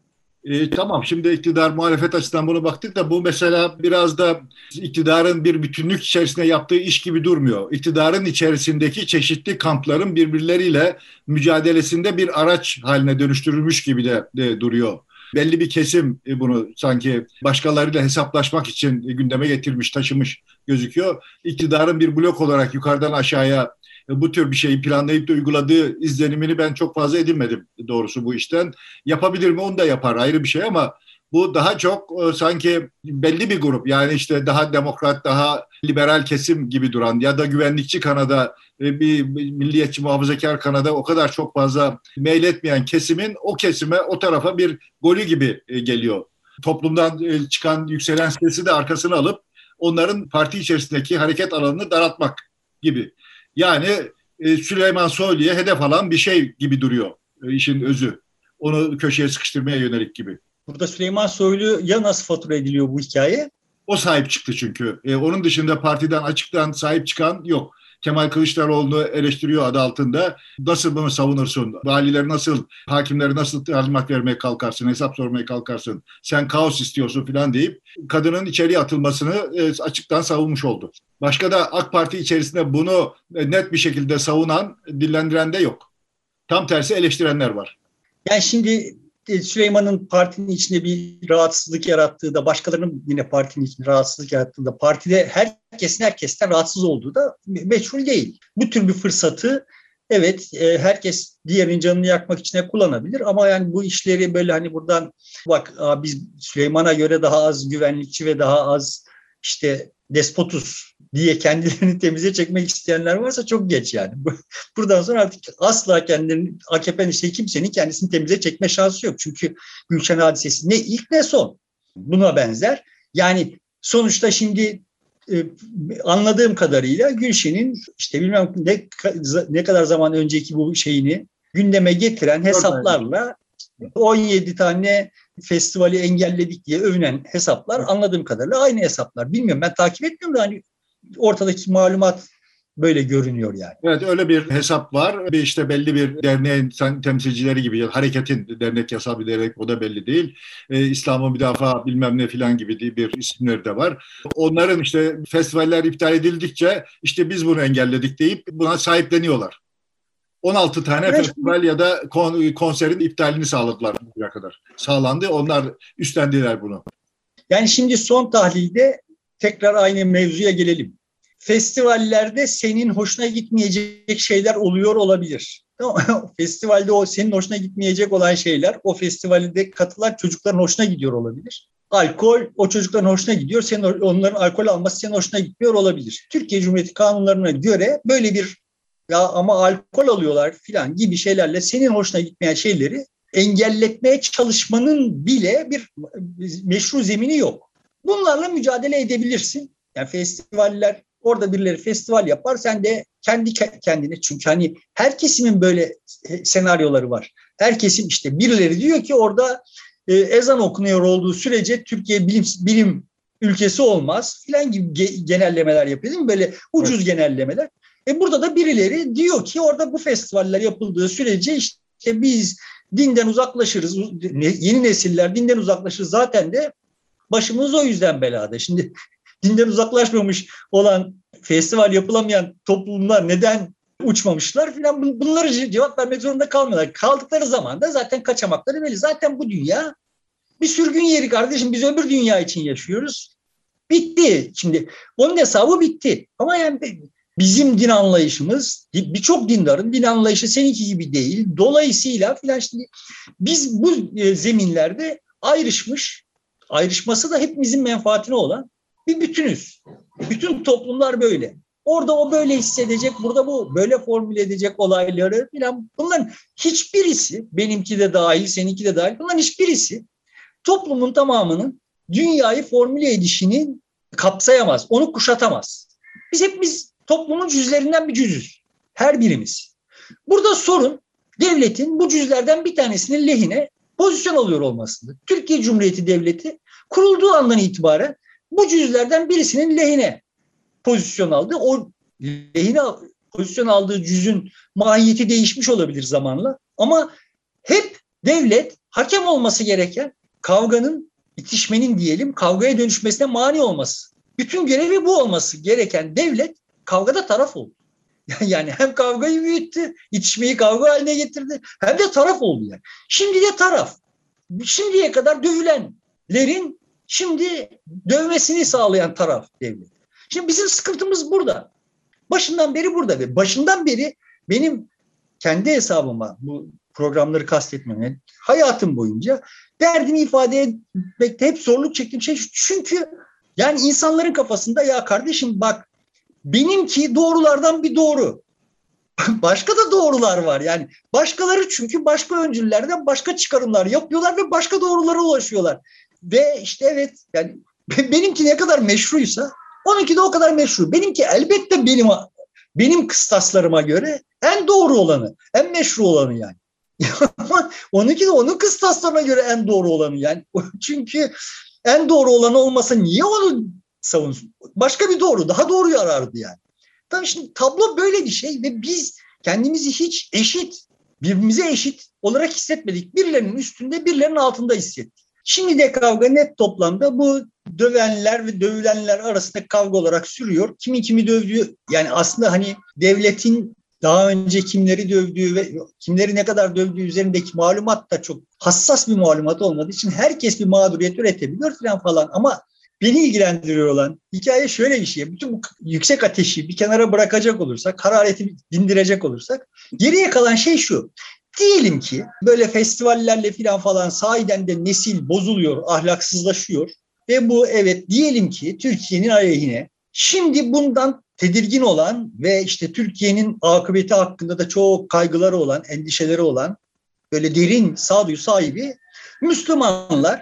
E, tamam, şimdi iktidar muhalefet açısından bunu baktık da bu mesela biraz da iktidarın bir bütünlük içerisinde yaptığı iş gibi durmuyor. İktidarın içerisindeki çeşitli kampların birbirleriyle mücadelesinde bir araç haline dönüştürülmüş gibi de, de duruyor. Belli bir kesim bunu sanki başkalarıyla hesaplaşmak için gündeme getirmiş, taşımış gözüküyor. İktidarın bir blok olarak yukarıdan aşağıya bu tür bir şeyi planlayıp da uyguladığı izlenimini ben çok fazla edinmedim doğrusu bu işten. Yapabilir mi? Onu da yapar, ayrı bir şey, ama bu daha çok sanki belli bir grup, yani işte daha demokrat, daha liberal kesim gibi duran ya da güvenlikçi kanada, bir milliyetçi muhafazakar kanada o kadar çok fazla meyletmeyen kesimin o kesime, o tarafa bir golü gibi geliyor. Toplumdan çıkan yükselen sesi de arkasına alıp onların parti içerisindeki hareket alanını daraltmak gibi. Yani e, Süleyman Soylu'ya hedef alan bir şey gibi duruyor e, işin özü. Onu köşeye sıkıştırmaya yönelik gibi. Burada Süleyman Soylu'ya nasıl fatura ediliyor bu hikaye? O sahip çıktı çünkü. E, onun dışında partiden açıktan sahip çıkan yok. Kemal Kılıçdaroğlu'nu eleştiriyor adı altında. Nasıl bunu savunursun? Valileri nasıl, hakimleri nasıl talimat vermeye kalkarsın, hesap sormaya kalkarsın? Sen kaos istiyorsun falan deyip kadının içeriye atılmasını e, açıktan savunmuş oldu. Başka da AK Parti içerisinde bunu net bir şekilde savunan, dillendiren de yok. Tam tersi eleştirenler var. Yani şimdi Süleyman'ın partinin içinde bir rahatsızlık yarattığı da, başkalarının yine partinin içinde rahatsızlık yarattığı da, partide herkesin herkesten rahatsız olduğu da meçhul değil. Bu tür bir fırsatı evet herkes diğerinin canını yakmak için kullanabilir ama yani bu işleri böyle hani buradan bak biz Süleyman'a göre daha az güvenlikçi ve daha az işte despotuz diye kendilerini temize çekmek isteyenler varsa çok geç yani. Buradan sonra artık asla kendilerini A K P'nin işte kimsenin kendisini temize çekme şansı yok. Çünkü Gülşen hadisesi ne ilk ne son. Buna benzer. Yani sonuçta şimdi e, anladığım kadarıyla Gülşen'in işte bilmem ne, ne kadar zaman önceki bu şeyini gündeme getiren hesaplarla on yedi tane festivali engelledik diye övünen hesaplar anladığım kadarıyla aynı hesaplar. Bilmiyorum, ben takip etmiyorum da hani ortadaki malumat böyle görünüyor yani. Evet, öyle bir hesap var. Bir işte belli bir derneğin temsilcileri gibi, hareketin dernek yasağı bir dernek, o da belli değil. Ee, İslam'ı müdafaa bilmem ne filan gibi bir isimleri de var. Onların işte festivaller iptal edildikçe işte biz bunu engelledik deyip buna sahipleniyorlar. on altı tane evet. Festival ya da konserin iptalini sağladılar bugüne kadar. Sağlandı. Onlar üstlendiler bunu. Yani şimdi son tahlilde tekrar aynı mevzuya gelelim. Festivallerde senin hoşuna gitmeyecek şeyler oluyor olabilir. Festivalde o senin hoşuna gitmeyecek olan şeyler o festivalde katılan çocukların hoşuna gidiyor olabilir. Alkol o çocukların hoşuna gidiyor. Senin onların alkol alması senin hoşuna gitmiyor olabilir. Türkiye Cumhuriyeti kanunlarına göre böyle bir ya ama alkol alıyorlar filan gibi şeylerle senin hoşuna gitmeyen şeyleri engelletmeye çalışmanın bile bir meşru zemini yok. Bunlarla mücadele edebilirsin. Yani festivaller, orada birileri festival yapar, sen de kendi kendine, çünkü hani her kesimin böyle senaryoları var. Her kesim işte birileri diyor ki orada e, ezan okunuyor olduğu sürece Türkiye bilim, bilim ülkesi olmaz filan gibi ge- genellemeler yapıyor değil mi? Böyle ucuz evet. genellemeler. E burada da birileri diyor ki orada bu festivaller yapıldığı sürece işte biz dinden uzaklaşırız. Yeni nesiller dinden uzaklaşır. Zaten de başımız o yüzden belada. Şimdi dinden uzaklaşmamış olan, festival yapılamayan toplumlar neden uçmamışlar filan, bunları cevap vermek zorunda kalmıyorlar. Kaldıkları zaman da zaten kaçamakları belli. Zaten bu dünya bir sürgün yeri kardeşim. Biz öbür dünya için yaşıyoruz. Bitti. Şimdi onun hesabı bitti. Ama yani bizim din anlayışımız, birçok dindarın din anlayışı seninki gibi değil. Dolayısıyla filan şimdi biz bu zeminlerde ayrışmış, ayrışması da hepimizin menfaatine olan bir bütünüz. Bütün toplumlar böyle. Orada o böyle hissedecek, burada bu böyle formüle edecek olayları filan. Bunların hiçbirisi, benimki de dahil, seninki de dahil, bunların hiçbirisi toplumun tamamının dünyayı formüle edişini kapsayamaz, onu kuşatamaz. Biz hepimiz toplumun cüzlerinden bir cüzüz. Her birimiz. Burada sorun devletin bu cüzlerden bir tanesinin lehine pozisyon alıyor olmasıdır. Türkiye Cumhuriyeti Devleti kurulduğu andan itibaren bu cüzlerden birisinin lehine pozisyon aldı. O lehine pozisyon aldığı cüzün mahiyeti değişmiş olabilir zamanla. Ama hep devlet hakem olması gereken, kavganın, itişmenin diyelim, kavgaya dönüşmesine mani olması. Bütün görevi bu olması gereken devlet kavgada taraf oldu. Yani hem kavgayı büyüttü, itişmeyi kavga haline getirdi, hem de taraf oldu yani. Şimdi de taraf. Şimdiye kadar dövülenlerin şimdi dövmesini sağlayan taraf devlet. Şimdi bizim sıkıntımız burada. Başından beri burada ve başından beri benim kendi hesabıma bu programları kastetmem, hayatım boyunca derdimi ifade etmekte hep zorluk çektiğim şey şu. Çünkü yani insanların kafasında ya kardeşim bak benimki doğrulardan bir doğru. Başka da doğrular var. Yani başkaları çünkü başka öncüllerden başka çıkarımlar yapıyorlar ve başka doğrulara ulaşıyorlar. Ve işte evet yani benimki ne kadar meşruysa onunki de o kadar meşru. Benimki elbette benim benim kıstaslarıma göre en doğru olanı, en meşru olanı yani. Ama onunki de onun kıstaslarına göre en doğru olanı yani. Çünkü en doğru olanı olmasa niye onu savunsun? Başka bir doğru, daha doğruyu arardı yani. Tabii şimdi tablo böyle bir şey ve biz kendimizi hiç eşit, birbirimize eşit olarak hissetmedik. Birilerinin üstünde, birilerinin altında hissettik. Şimdi de kavga net toplamda bu dövenler ve dövülenler arasında kavga olarak sürüyor. Kimi kimi dövdüğü, yani aslında hani devletin daha önce kimleri dövdüğü ve kimleri ne kadar dövdüğü üzerindeki malumat da çok hassas bir malumat olmadığı için herkes bir mağduriyet üretebiliyor falan falan. Ama beni ilgilendiriyor olan hikaye şöyle bir şey. Bütün bu yüksek ateşi bir kenara bırakacak olursak, harareti dindirecek olursak, geriye kalan şey şu. Diyelim ki böyle festivallerle falan falan sahiden de nesil bozuluyor, ahlaksızlaşıyor ve bu evet diyelim ki Türkiye'nin aleyhine. Şimdi bundan tedirgin olan ve işte Türkiye'nin akıbeti hakkında da çok kaygıları olan, endişeleri olan böyle derin sağduyu sahibi Müslümanlar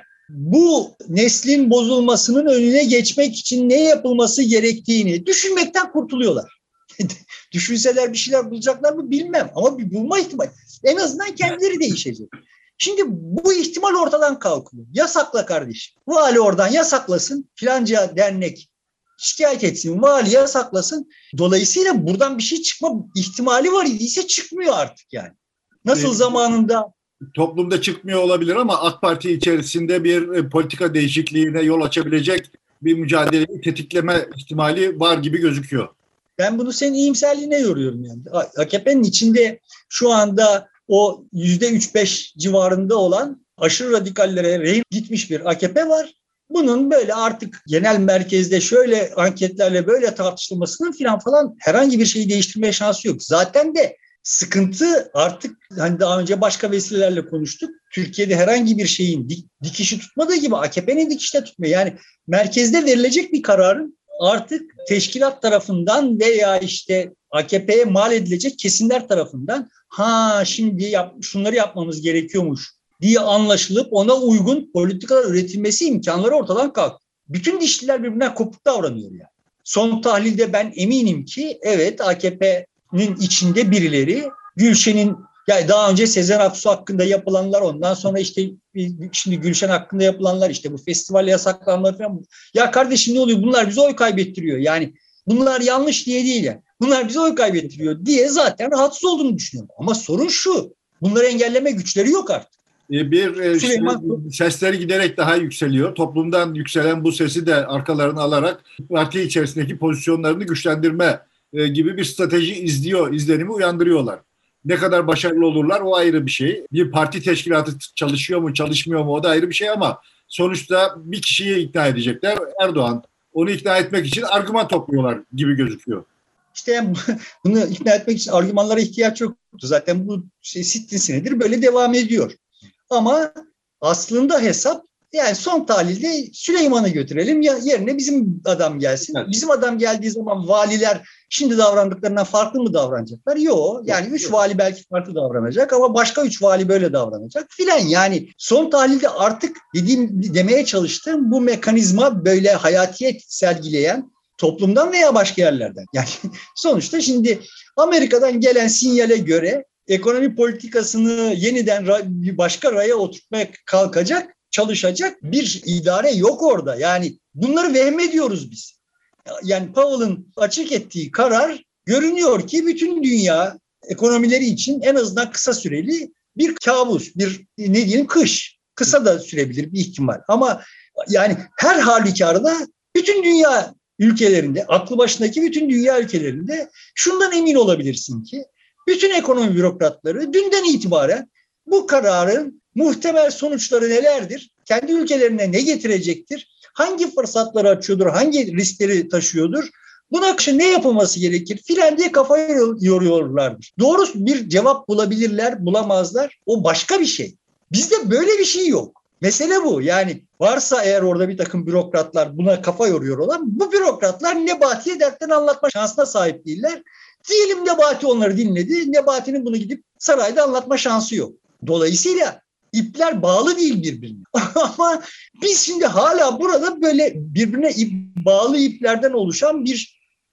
bu neslin bozulmasının önüne geçmek için ne yapılması gerektiğini düşünmekten kurtuluyorlar. Düşünseler bir şeyler bulacaklar mı bilmem ama bir bulma ihtimali. En azından kendileri değişecek. Şimdi bu ihtimal ortadan kalkıyor. Yasakla kardeşim. Vali oradan yasaklasın. Filanca dernek şikayet etsin. Vali yasaklasın. Dolayısıyla buradan bir şey çıkma ihtimali var idiyse çıkmıyor artık yani. Nasıl zamanında toplumda çıkmıyor olabilir ama AK Parti içerisinde bir politika değişikliğine yol açabilecek bir mücadeleyi tetikleme ihtimali var gibi gözüküyor. Ben bunu senin iyimserliğine yoruyorum yani. A K P'nin içinde şu anda o yüzde üç beş civarında olan aşırı radikallere rehin gitmiş bir A K P var. Bunun böyle artık genel merkezde şöyle anketlerle böyle tartışılmasının falan falan herhangi bir şeyi değiştirmeye şansı yok. Zaten de sıkıntı artık hani daha önce başka vesilelerle konuştuk. Türkiye'de herhangi bir şeyin dik, dikişi tutmadığı gibi A K P'nin dikişte tutmuyor. Yani merkezde verilecek bir kararın artık teşkilat tarafından veya işte A K P'ye mal edilecek kesimler tarafından ha şimdi yap, şunları yapmamız gerekiyormuş diye anlaşılıp ona uygun politikalar üretilmesi imkanları ortadan kalktı. Bütün dişliler birbirinden kopuk davranıyor yani. Son tahlilde ben eminim ki evet A K P'nin içinde birileri Gülşen'in yani daha önce Sezen Aksu hakkında yapılanlar ondan sonra işte şimdi Gülşen hakkında yapılanlar işte bu festival yasaklanmaları falan. Ya kardeşim ne oluyor bunlar bize oy kaybettiriyor yani bunlar yanlış diye değil yani. Bunlar bize oy kaybettiriyor diye zaten rahatsız olduğunu düşünüyorum. Ama sorun şu bunları engelleme güçleri yok artık. Bir işte, sesleri giderek daha yükseliyor. Toplumdan yükselen bu sesi de arkalarına alarak parti içerisindeki pozisyonlarını güçlendirme gibi bir strateji izliyor, izlenimi uyandırıyorlar. Ne kadar başarılı olurlar o ayrı bir şey. Bir parti teşkilatı çalışıyor mu çalışmıyor mu o da ayrı bir şey ama sonuçta bir kişiyi ikna edecekler. Erdoğan onu ikna etmek için argüman topluyorlar gibi gözüküyor. İşte bunu ikna etmek için argümanlara ihtiyaç yoktu. Zaten bu şey sittin senedir böyle devam ediyor. Ama aslında hesap yani son tahlilde Süleyman'ı götürelim ya yerine bizim adam gelsin. Evet. Bizim adam geldiği zaman valiler şimdi davrandıklarından farklı mı davranacaklar? Yok. Yani üç vali belki farklı davranacak ama başka üç vali böyle davranacak filan. Yani son tahlilde artık dediğim demeye çalıştığım bu mekanizma böyle hayatiyet sergileyen toplumdan veya başka yerlerden. Yani sonuçta şimdi Amerika'dan gelen sinyale göre ekonomi politikasını yeniden bir başka raya oturtmaya kalkacak, çalışacak bir idare yok orada. Yani bunları vehmediyoruz biz. Yani Powell'ın açık ettiği karar görünüyor ki bütün dünya ekonomileri için en azından kısa süreli bir kabus, bir ne diyelim kış. Kısa da sürebilir bir ihtimal. Ama yani her halükarda bütün dünya ülkelerinde, aklı başındaki bütün dünya ülkelerinde şundan emin olabilirsin ki bütün ekonomi bürokratları dünden itibaren bu kararın muhtemel sonuçları nelerdir? Kendi ülkelerine ne getirecektir? Hangi fırsatları açıyordur? Hangi riskleri taşıyordur? Buna karşı ne yapılması gerekir? Filan diye kafayı yoruyorlardır. Doğru bir cevap bulabilirler, bulamazlar. O başka bir şey. Bizde böyle bir şey yok. Mesele bu. Yani varsa eğer orada bir takım bürokratlar buna kafa yoruyor olan bu bürokratlar Nebati'ye dertten anlatma şansına sahip değiller. Diyelim Nebati onları dinledi. Nebati'nin bunu gidip sarayda anlatma şansı yok. Dolayısıyla ipler bağlı değil birbirine. Ama biz şimdi hala burada böyle birbirine ip, bağlı iplerden oluşan bir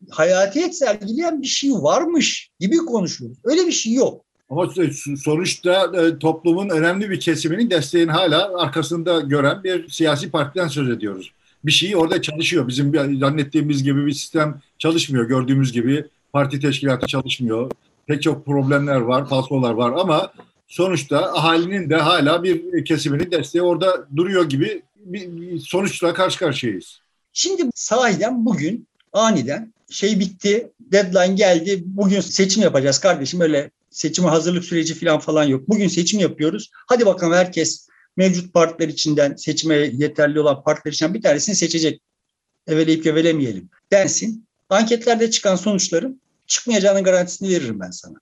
hayatiyet sergileyen bir şey varmış gibi konuşuyoruz. Öyle bir şey yok. Ama sonuçta toplumun önemli bir kesiminin desteğini hala arkasında gören bir siyasi partiden söz ediyoruz. Bir şey orada çalışıyor. Bizim zannettiğimiz gibi bir sistem çalışmıyor. Gördüğümüz gibi parti teşkilatı çalışmıyor. Pek çok problemler var, falsolar var ama sonuçta ahalinin de hala bir kesiminin desteği orada duruyor gibi bir sonuçla karşı karşıyayız. Şimdi sahiden bugün aniden şey bitti, deadline geldi, bugün seçim yapacağız kardeşim, öyle seçime hazırlık süreci falan falan yok. Bugün seçim yapıyoruz. Hadi bakalım herkes mevcut partiler içinden, seçime yeterli olan partiler içinden bir tanesini seçecek. Eveleyip gevelemeyelim densin. Anketlerde çıkan sonuçların çıkmayacağının garantisini veririm ben sana.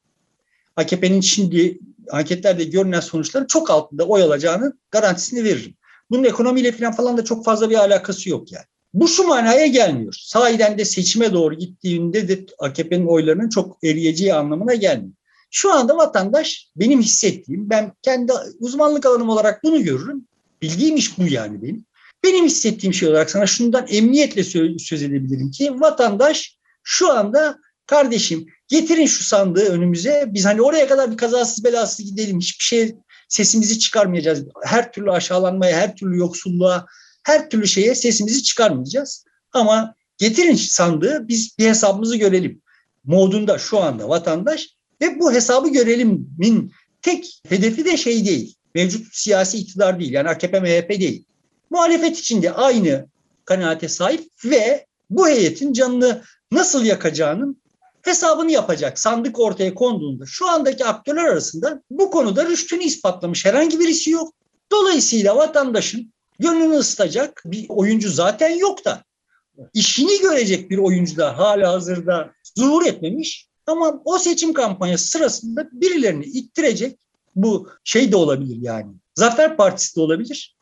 A K P'nin şimdi anketlerde görünen sonuçların çok altında oy alacağının garantisini veririm. Bunun ekonomiyle falan falan da çok fazla bir alakası yok yani. Bu şu manaya gelmiyor. Sahiden de seçime doğru gittiğinde de A K P'nin oylarının çok eriyeceği anlamına gelmiyor. Şu anda vatandaş benim hissettiğim, ben kendi uzmanlık alanım olarak bunu görürüm. Bildiğim iş bu yani benim. Benim hissettiğim şey olarak sana şundan emniyetle söz edebilirim ki vatandaş şu anda kardeşim getirin şu sandığı önümüze. Biz hani oraya kadar bir kazasız belasız gidelim. Hiçbir şey sesimizi çıkarmayacağız. Her türlü aşağılanmaya, her türlü yoksulluğa, her türlü şeye sesimizi çıkarmayacağız. Ama getirin sandığı biz bir hesabımızı görelim. Modunda şu anda vatandaş ve bu hesabı görelimin tek hedefi de şey değil. Mevcut siyasi iktidar değil. Yani A K P, M H P değil. Muhalefet içinde aynı kanaate sahip ve bu heyetin canını nasıl yakacağının hesabını yapacak sandık ortaya konduğunda şu andaki aktörler arasında bu konuda rüştünü ispatlamış herhangi birisi yok. Dolayısıyla vatandaşın gönlünü ısıtacak bir oyuncu zaten yok da işini görecek bir oyuncu da hala hazırda zuhur etmemiş ama o seçim kampanyası sırasında birilerini ittirecek bu şey de olabilir yani. Zafer Partisi de olabilir.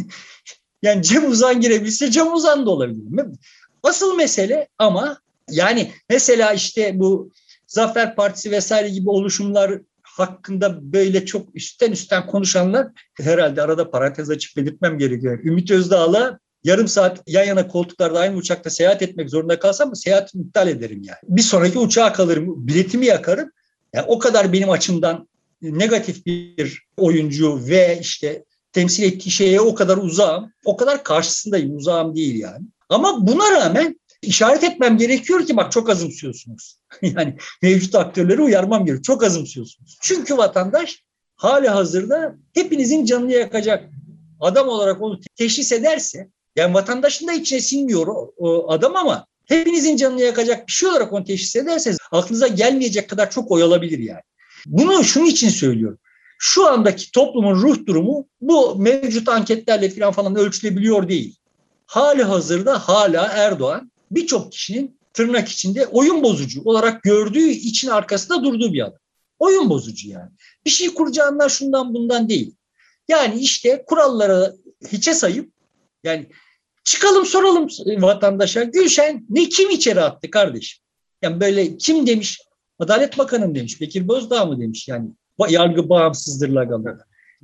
Yani Cem Uzan girebilse Cem Uzan da olabilir. Asıl mesele ama yani mesela işte bu Zafer Partisi vesaire gibi oluşumlar hakkında böyle çok üstten üstten konuşanlar herhalde arada parantez açıp belirtmem gerekiyor. Ümit Özdağ'la yarım saat yan yana koltuklarda aynı uçakta seyahat etmek zorunda kalsam seyahatimi iptal ederim yani. Bir sonraki uçağa kalırım, biletimi yakarım. Yani o kadar benim açımdan negatif bir oyuncu ve işte temsil ettiği şeye o kadar uzağım, o kadar karşısındayım, uzağım değil yani. Ama buna rağmen işaret etmem gerekiyor ki bak çok azımsıyorsunuz. Yani mevcut aktörleri uyarmam gerekiyor. Çok azımsıyorsunuz. Çünkü vatandaş hali hazırda hepinizin canını yakacak adam olarak onu teşhis ederse, yani vatandaşın da içine sinmiyor o, o adam ama hepinizin canını yakacak bir şey olarak onu teşhis ederseniz aklınıza gelmeyecek kadar çok oy alabilir yani. Bunu şunun için söylüyorum. Şu andaki toplumun ruh durumu bu mevcut anketlerle falan falan ölçülebiliyor değil. Hali hazırda hala Erdoğan birçok kişinin tırnak içinde oyun bozucu olarak gördüğü için arkasında durduğu bir adam. Oyun bozucu yani. Bir şey kuracağından şundan bundan değil. Yani işte kuralları hiçe sayıp yani çıkalım soralım vatandaşa Gülşen ne kim içeri attı kardeşim? Yani böyle kim demiş? Adalet Bakanı demiş. Bekir Bozdağ mı demiş yani. Yargı bağımsızdır lagalı.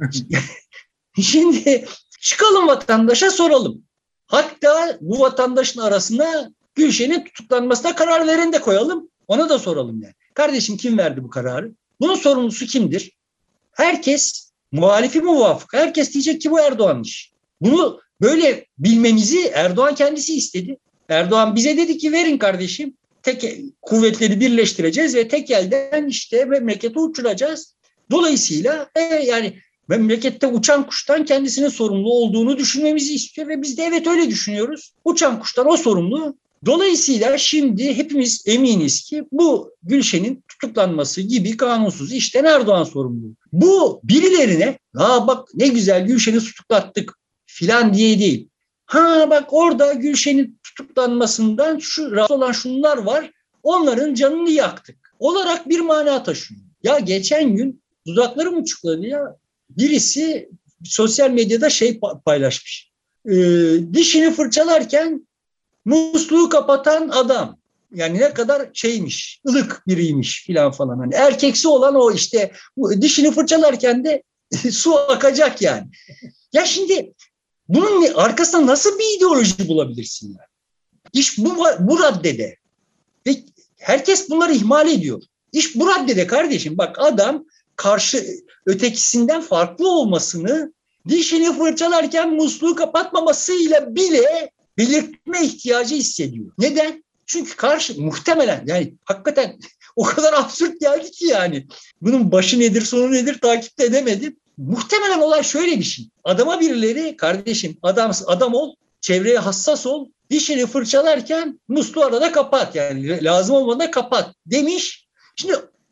Şimdi çıkalım vatandaşa soralım. Hatta bu vatandaşın arasına Gülşen'in tutuklanmasına karar veren de koyalım. Ona da soralım yani. Kardeşim kim verdi bu kararı? Bunun sorumlusu kimdir? Herkes muhalifi muvafık. Herkes diyecek ki bu Erdoğan'ın işi. Bunu böyle bilmemizi Erdoğan kendisi istedi. Erdoğan bize dedi ki verin kardeşim. Tek kuvvetleri birleştireceğiz ve tek elden işte memleketi uçuracağız. Dolayısıyla e, yani memlekette uçan kuştan kendisinin sorumlu olduğunu düşünmemizi istiyor ve biz de evet öyle düşünüyoruz. Uçan kuştan o sorumlu. Dolayısıyla şimdi hepimiz eminiz ki bu Gülşen'in tutuklanması gibi kanunsuz işten Erdoğan sorumlu. Bu birilerine ha bak ne güzel Gülşen'i tutuklattık filan diye değil. Ha bak orada Gülşen'in tutuklanmasından şu rahatsız olan şunlar var. Onların canını yaktık. Olarak bir mana taşıyor. Ya geçen gün dudaklarım uçukladı ya. Birisi sosyal medyada şey paylaşmış. Ee, dişini fırçalarken musluğu kapatan adam. Yani ne kadar şeymiş, ılık biriymiş filan falan. Hani erkeksi olan o işte dişini fırçalarken de su akacak yani. Ya şimdi bunun arkasında nasıl bir ideoloji bulabilirsin yani? İş bu, bu raddede. Ve herkes bunları ihmal ediyor. İş bu raddede kardeşim. Bak adam karşı ötekisinden farklı olmasını dişini fırçalarken musluğu kapatmamasıyla bile belirtme ihtiyacı hissediyor. Neden? Çünkü karşı muhtemelen yani hakikaten o kadar absürt geldi ki yani. Bunun başı nedir sonu nedir takip de edemedim. Muhtemelen olay şöyle bir şey. Adama birileri kardeşim adam, adam ol, çevreye hassas ol, dişini fırçalarken musluğu arada kapat yani lazım olmadan kapat demiş. Şimdi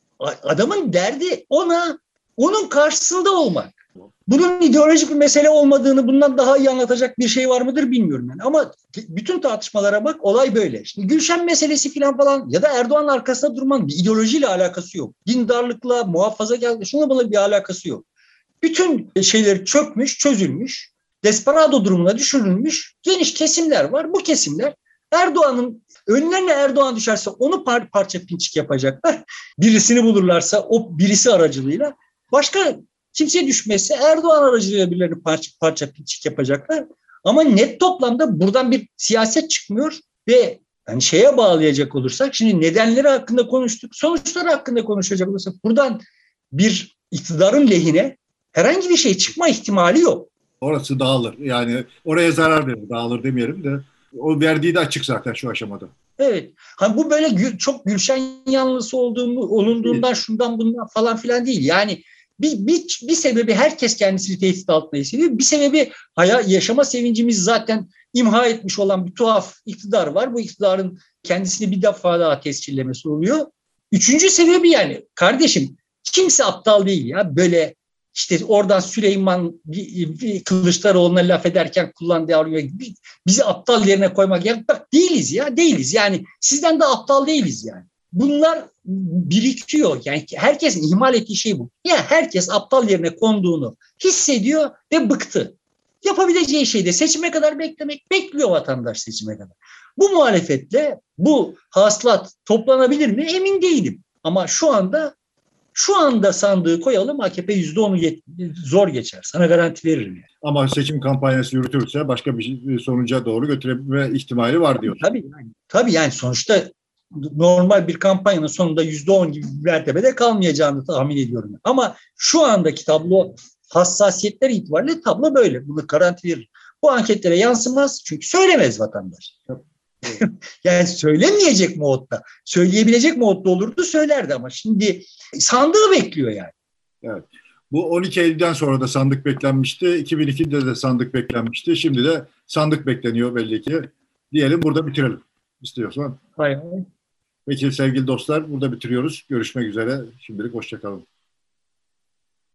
adamın derdi ona onun karşısında olmak. Bunun ideolojik bir mesele olmadığını bundan daha iyi anlatacak bir şey var mıdır bilmiyorum yani. Ama bütün tartışmalara bak olay böyle. Şimdi Gülşen meselesi falan falan ya da Erdoğan'ın arkasında durmanın bir ideolojiyle alakası yok. Dindarlıkla, muhafazakarlıkla şuna buna bir alakası yok. Bütün şeyleri çökmüş, çözülmüş, desperado durumuna düşürülmüş geniş kesimler var. Bu kesimler Erdoğan'ın önlerine Erdoğan düşerse onu par parça pinçik yapacaklar. Birisini bulurlarsa o birisi aracılığıyla başka kimseye düşmezse Erdoğan aracılığıyla birilerini parça, parça pinçik yapacaklar. Ama net toplamda buradan bir siyaset çıkmıyor ve yani şeye bağlayacak olursak şimdi nedenleri hakkında konuştuk, sonuçları hakkında konuşacak olursak buradan bir iktidarın lehine herhangi bir şey çıkma ihtimali yok. Orası dağılır. Yani oraya zarar verir. Dağılır demeyelim de. O verdiği de açık zaten şu aşamada. Evet. Hani bu böyle gü- çok Gülşen yanlısı olduğunu, olunduğundan evet. Şundan bundan falan filan değil. Yani bir, bir, bir sebebi herkes kendisini tehdit altında hissediyor. Bir sebebi hayat, yaşama sevincimizi zaten imha etmiş olan bir tuhaf iktidar var. Bu iktidarın kendisini bir defa daha tescillemesi oluyor. Üçüncü sebebi yani kardeşim kimse aptal değil ya. Böyle işte oradan Süleyman Kılıçdaroğlu'na laf ederken kullandığı argüman bizi aptal yerine koymak ya bak değiliz ya değiliz yani sizden de aptal değiliz yani. Bunlar birikiyor yani herkesin ihmal ettiği şey bu. Ya herkes aptal yerine konduğunu hissediyor ve bıktı. Yapabileceği şey de seçime kadar beklemek, bekliyor vatandaş seçime kadar. Bu muhalefetle bu hasılat toplanabilir mi emin değilim ama şu anda Şu anda sandığı koyalım A K P yüzde onu zor geçer. Sana garanti veririm. Yani. Ama seçim kampanyası yürütürse başka bir sonuca doğru götürebilme ihtimali var diyor. Tabii yani, tabii yani sonuçta normal bir kampanyanın sonunda yüzde on gibi bir mertebede kalmayacağını tahmin ediyorum. Ama şu andaki tablo hassasiyetler itibariyle tablo böyle. Bunu garanti veririm. Bu anketlere yansımaz çünkü söylemez vatandaş. Yani söylemeyecek modda, söyleyebilecek modda olurdu söylerdi ama şimdi sandığı bekliyor yani. Evet. Bu on iki Eylül'den sonra da sandık beklenmişti. iki bin ikide de sandık beklenmişti. Şimdi de sandık bekleniyor belli ki. Diyelim burada bitirelim istiyorsan. Hayır. Peki sevgili dostlar burada bitiriyoruz. Görüşmek üzere. Şimdilik hoşça kalın.